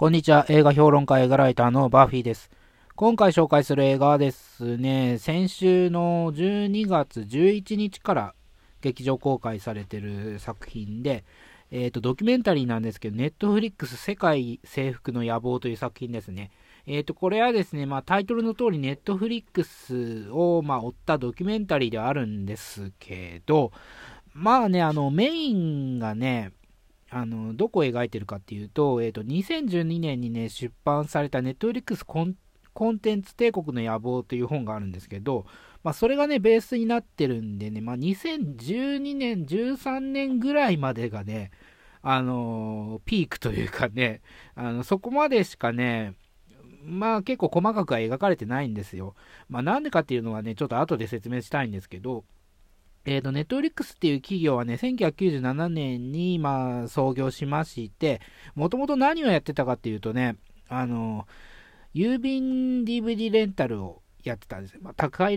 こんにちは。映画評論家映画ライターのバーフィーです。今回紹介する映画はですね、先週の12月11日から劇場公開されている作品で、ドキュメンタリーなんですけど、ネットフリックス世界征服の野望という作品ですね。これはですね、タイトルの通りネットフリックスを追ったドキュメンタリーではあるんですけど、メインがね、どこを描いてるかっていうと、2012年にね、出版されたネットフリックスコンテンツ帝国の野望という本があるんですけど、それがね、ベースになってるんでね、2012年、13年ぐらいまでがね、ピークというかね、そこまでしかね、結構細かくは描かれてないんですよ。なんでかっていうのはね、ちょっと後で説明したいんですけど、ネットフリックスっていう企業はね、1997年に、創業しまして、もともと何をやってたかっていうとね、郵便 DVD レンタルをやってたんですよ。宅配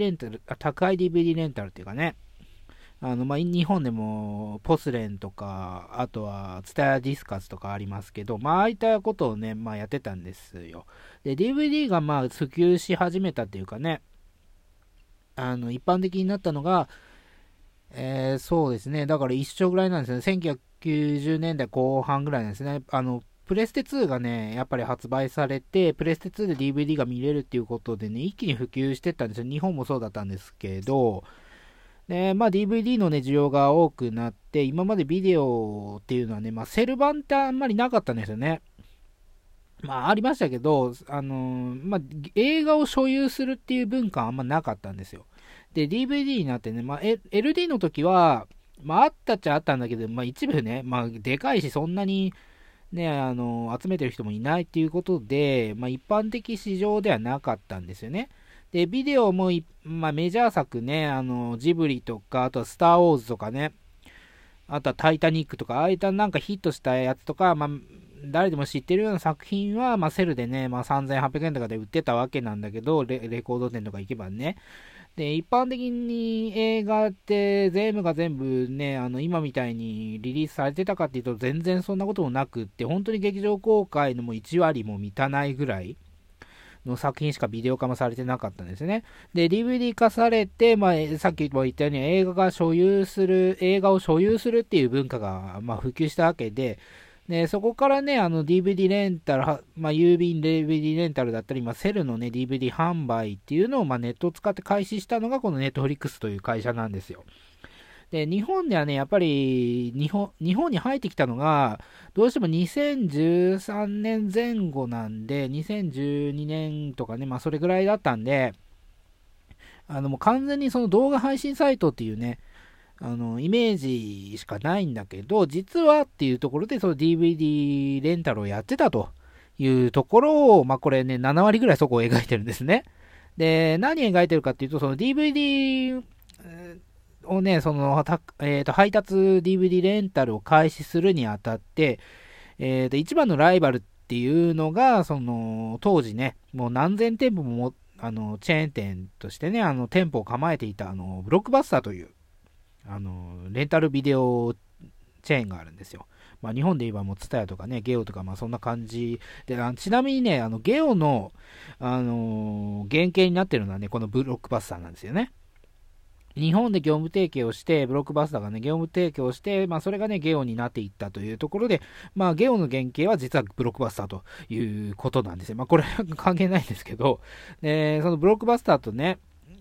DVD レンタルっていうかね、日本でもポスレンとか、あとはツタヤディスカスとかありますけど、ああいったことをね、やってたんですよ。で、DVD が普及し始めたっていうかね、一般的になったのが、そうですね。だから一緒ぐらいなんですよね。1990年代後半ぐらいなんですね。プレステ2がね、やっぱり発売されて、プレステ2で DVD が見れるっていうことでね、一気に普及してったんですよ。日本もそうだったんですけど、で、DVD のね、需要が多くなって、今までビデオっていうのはね、セル版ってあんまりなかったんですよね。ありましたけど、映画を所有するっていう文化はあんまなかったんですよ。で、DVD になってね、LD の時は、あったっちゃあったんだけど、一部ね、でかいし、そんなにね、集めてる人もいないっていうことで、一般的市場ではなかったんですよね。で、ビデオもメジャー作ね、ジブリとか、あとはスター・ウォーズとかね、あとはタイタニックとか、ああいったなんかヒットしたやつとか、誰でも知ってるような作品は、セルでね、3800円とかで売ってたわけなんだけど、レコード店とか行けばね。で、一般的に映画って全部が全部ね、今みたいにリリースされてたかっていうと、全然そんなこともなくって、本当に劇場公開のも1割も満たないぐらいの作品しかビデオ化もされてなかったんですね。で、DVD 化されて、さっきも言ったように映画を所有するっていう文化が、普及したわけで、で、そこからね、DVD レンタル、郵便 DVD レンタルだったり、セルのね、DVD 販売っていうのを、ネットを使って開始したのが、このネットフリックスという会社なんですよ。で、日本ではね、やっぱり日本に入ってきたのが、どうしても2013年前後なんで、2012年とかね、それぐらいだったんで、もう完全にその動画配信サイトっていうね、イメージしかないんだけど、実はっていうところで、その DVD レンタルをやってたというところを、これね、7割ぐらいそこを描いてるんですね。で、何描いてるかっていうと、その DVD をね、配達 DVD レンタルを開始するにあたって、一番のライバルっていうのが、当時ね、もう何千店舗もチェーン店としてね、店舗を構えていた、ブロックバスターという、レンタルビデオチェーンがあるんですよ。日本で言えばもうツタヤとかね、ゲオとかそんな感じで、ちなみにね、ゲオの、原型になってるのはね、このブロックバスターなんですよね。日本で業務提携をして、ブロックバスターがね、業務提供をして、それがね、ゲオになっていったというところで、ゲオの原型は実はブロックバスターということなんですよ。これは関係ないんですけど、そのブロックバスターとね、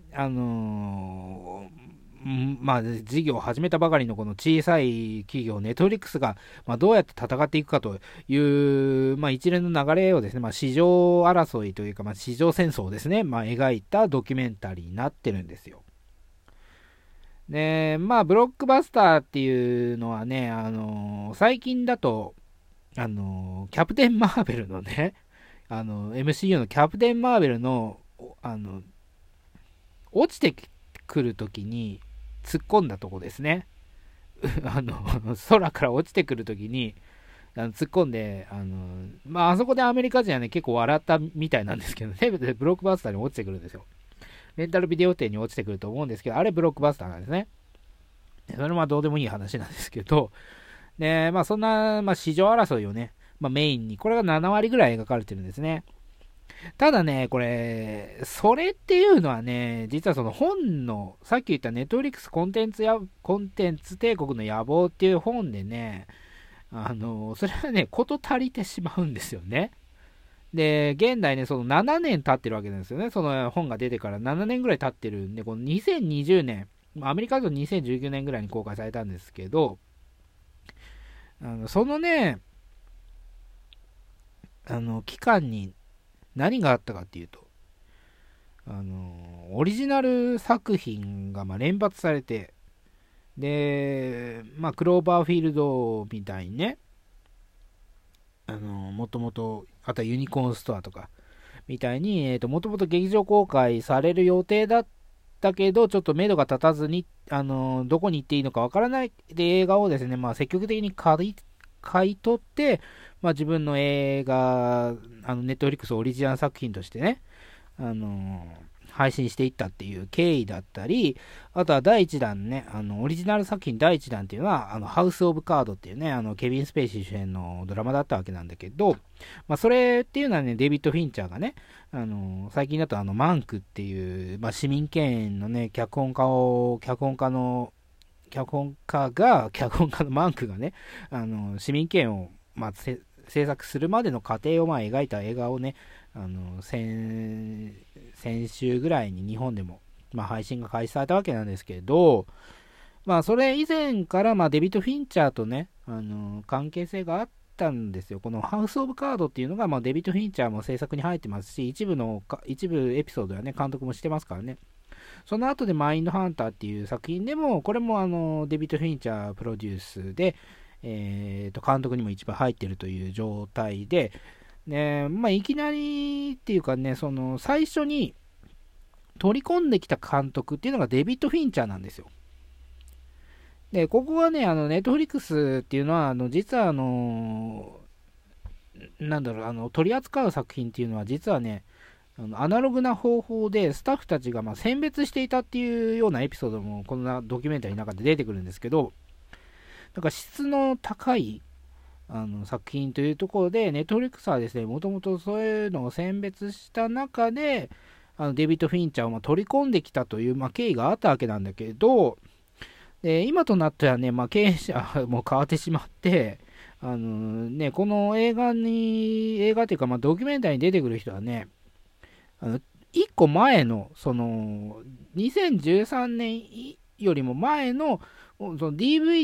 事業を始めたばかりのこの小さい企業、ネットフリックスが、どうやって戦っていくかという、一連の流れをですね、市場争いというか、市場戦争をですね、描いたドキュメンタリーになってるんですよ。で、ブロックバスターっていうのはね、最近だと、キャプテン・マーベルのね、MCU のキャプテン・マーベルの、落ちてくるときに突っ込んだとこですね。空から落ちてくるときに、突っ込んで、あそこでアメリカ人はね、結構笑ったみたいなんですけどね、ブロックバスターに落ちてくるんですよ。レンタルビデオ店に落ちてくると思うんですけど、あれブロックバスターなんですね。それはどうでもいい話なんですけど、で、そんな、市場争いをね、 メインに、これが7割ぐらい描かれてるんですね。ただね、これ、それっていうのはね、実はその本の、さっき言ったネットフリックスコンテンツ帝国の野望っていう本でね、それはね、こと足りてしまうんですよね。で、現代ね、その7年経ってるわけなんですよね。その本が出てから7年ぐらい経ってるんで、この2020年、アメリカだと2019年ぐらいに公開されたんですけど、そのね、期間に何があったかっていうと、オリジナル作品が連発されて、で、クローバーフィールドみたいにね、もともと、あとはユニコーンストアとか、みたいに、もともと劇場公開される予定だったけど、ちょっと目処が立たずに、どこに行っていいのかわからないで映画をですね、積極的に買い取って、自分の映画、ネットフリックスオリジナル作品としてね、配信していったっていう経緯だったり、あとは第1弾ね、オリジナル作品第1弾っていうのは、ハウス・オブ・カードっていうね、ケビン・スペイシー主演のドラマだったわけなんだけど、それっていうのはね、デビッド・フィンチャーがね、最近だとマンクっていう、市民権のね、脚本家のマンクがね、市民権を、制作するまでの過程を描いた映画をね、先週ぐらいに日本でも、配信が開始されたわけなんですけど、それ以前からデビッド・フィンチャーとね、関係性があったんですよ。このハウス・オブ・カードっていうのが、デビッド・フィンチャーも制作に入ってますし、一部エピソードはね、監督もしてますからね。その後でマインドハンターっていう作品でも、これもデビッド・フィンチャープロデュースで、監督にも一番入ってるという状態で、ね、いきなりっていうかね、その最初に取り込んできた監督っていうのがデビッド・フィンチャーなんですよ。で、ここはね、ネットフリックスっていうのは、実は取り扱う作品っていうのは、実はね、アナログな方法でスタッフたちが選別していたっていうようなエピソードも、このドキュメンタリーの中で出てくるんですけど、だから質の高い作品というところで、ネットフリックスはですね、もともとそういうのを選別した中で、デビッド・フィンチャーを取り込んできたという、経緯があったわけなんだけど、今となってはね、経営者も変わってしまって、この映画というか、ドキュメンタリーに出てくる人はね、1個前の、2013年よりも前の、その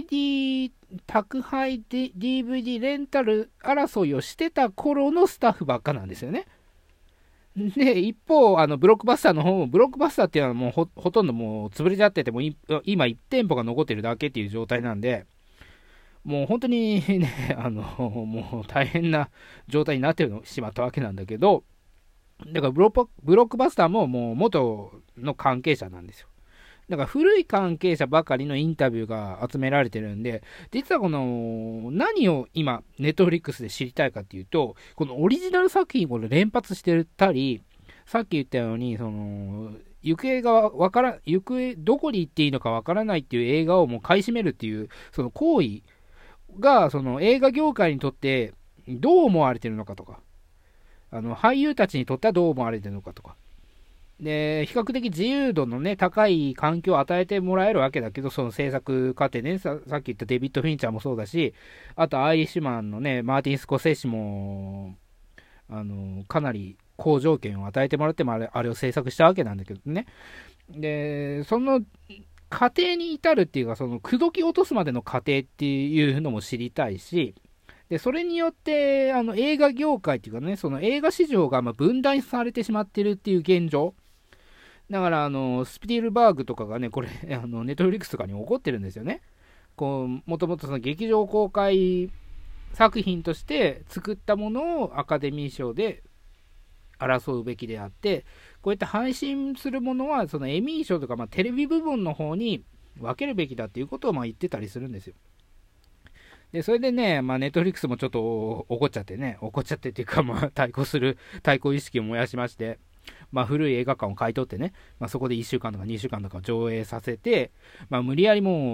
DVD 宅配で DVD レンタル争いをしてた頃のスタッフばっかなんですよね。で、一方、ブロックバスターの方も、ブロックバスターっていうのはもうほとんどもう潰れちゃってて、も今1店舗が残ってるだけっていう状態なんで、もう本当にね、もう大変な状態になってしまったわけなんだけど、だからブロックバスターももう元の関係者なんですよ。だから古い関係者ばかりのインタビューが集められてるんで、実はこの何を今ネットフリックスで知りたいかっていうと、このオリジナル作品を連発してたり、さっき言ったように行方どこに行っていいのかわからないっていう映画をもう買い占めるっていうその行為がその映画業界にとってどう思われてるのかとか、俳優たちにとってはどう思われてるのかとか。で、比較的自由度のね、高い環境を与えてもらえるわけだけど、その制作過程ね、さっき言ったデビッド・フィンチャーもそうだし、あとアイリッシュマンのね、マーティン・スコセッシも、かなり好条件を与えてもらってもあれを制作したわけなんだけどね。で、その過程に至るっていうか、その口説き落とすまでの過程っていうのも知りたいし、で、それによって、映画業界っていうかね、その映画市場が分断されてしまってるっていう現状。だから、スピルバーグとかがね、これ、ネットフリックスとかに怒ってるんですよね。もともとその劇場公開作品として作ったものをアカデミー賞で争うべきであって、こういった配信するものは、そのエミー賞とか、テレビ部分の方に分けるべきだっていうことを言ってたりするんですよ。で、それでね、ネットフリックスもちょっと怒っちゃってっていうか、対抗意識を燃やしまして、古い映画館を買い取ってね、そこで1週間とか2週間とか上映させて、無理やりもう、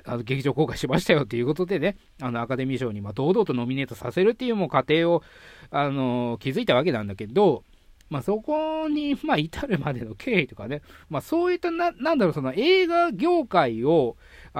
劇場公開しましたよということでね、アカデミー賞に堂々とノミネートさせるっていうもう過程を、築いたわけなんだけど、そこに、至るまでの経緯とかね、そういったその映画業界を、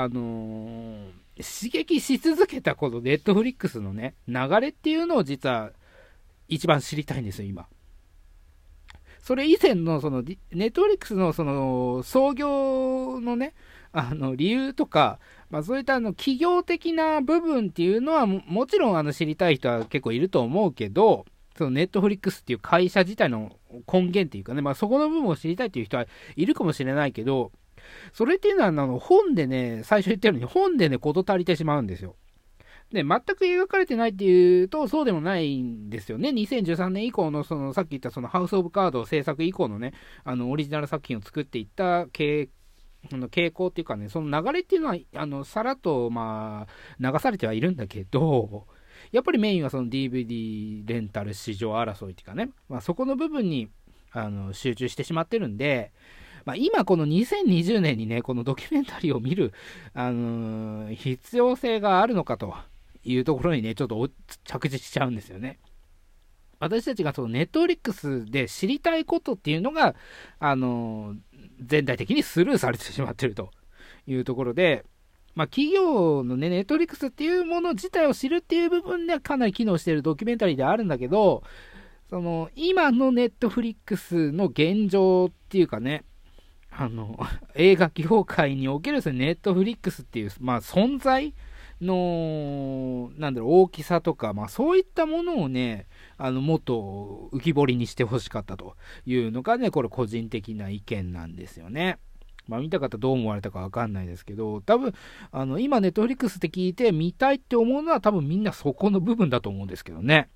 刺激し続けたこのネットフリックスのね、流れっていうのを実は一番知りたいんですよ、今。それ以前のそのネットフリックスのその創業のね、理由とか、そういった企業的な部分っていうのは もちろん知りたい人は結構いると思うけど、そのネットフリックスっていう会社自体の根源っていうかね、そこの部分を知りたいっていう人はいるかもしれないけど、それっていうのは本でね、最初言ったように本でね、事足りてしまうんですよ。で、全く描かれてないっていうと、そうでもないんですよね。2013年以降の、さっき言ったハウス・オブ・カード制作以降のね、オリジナル作品を作っていった傾向っていうかね、その流れっていうのは、さらっと、流されてはいるんだけど、やっぱりメインはその DVD レンタル市場争いっていうかね、そこの部分に、集中してしまってるんで、今この2020年にね、このドキュメンタリーを見る、必要性があるのかというところにね、ちょっと着地しちゃうんですよね。私たちがそのネットフリックスで知りたいことっていうのが、全体的にスルーされてしまっているというところで、企業のね、ネットフリックスっていうもの自体を知るっていう部分ではかなり機能しているドキュメンタリーではあるんだけど、今のネットフリックスの現状っていうかね、映画業界におけるネットフリックスっていう、存在の、大きさとか、そういったものをね、もっと浮き彫りにしてほしかったというのがね、これ個人的な意見なんですよね。見た方どう思われたかわかんないですけど、多分、今ネットフリックスって聞いて見たいって思うのは多分みんなそこの部分だと思うんですけどね。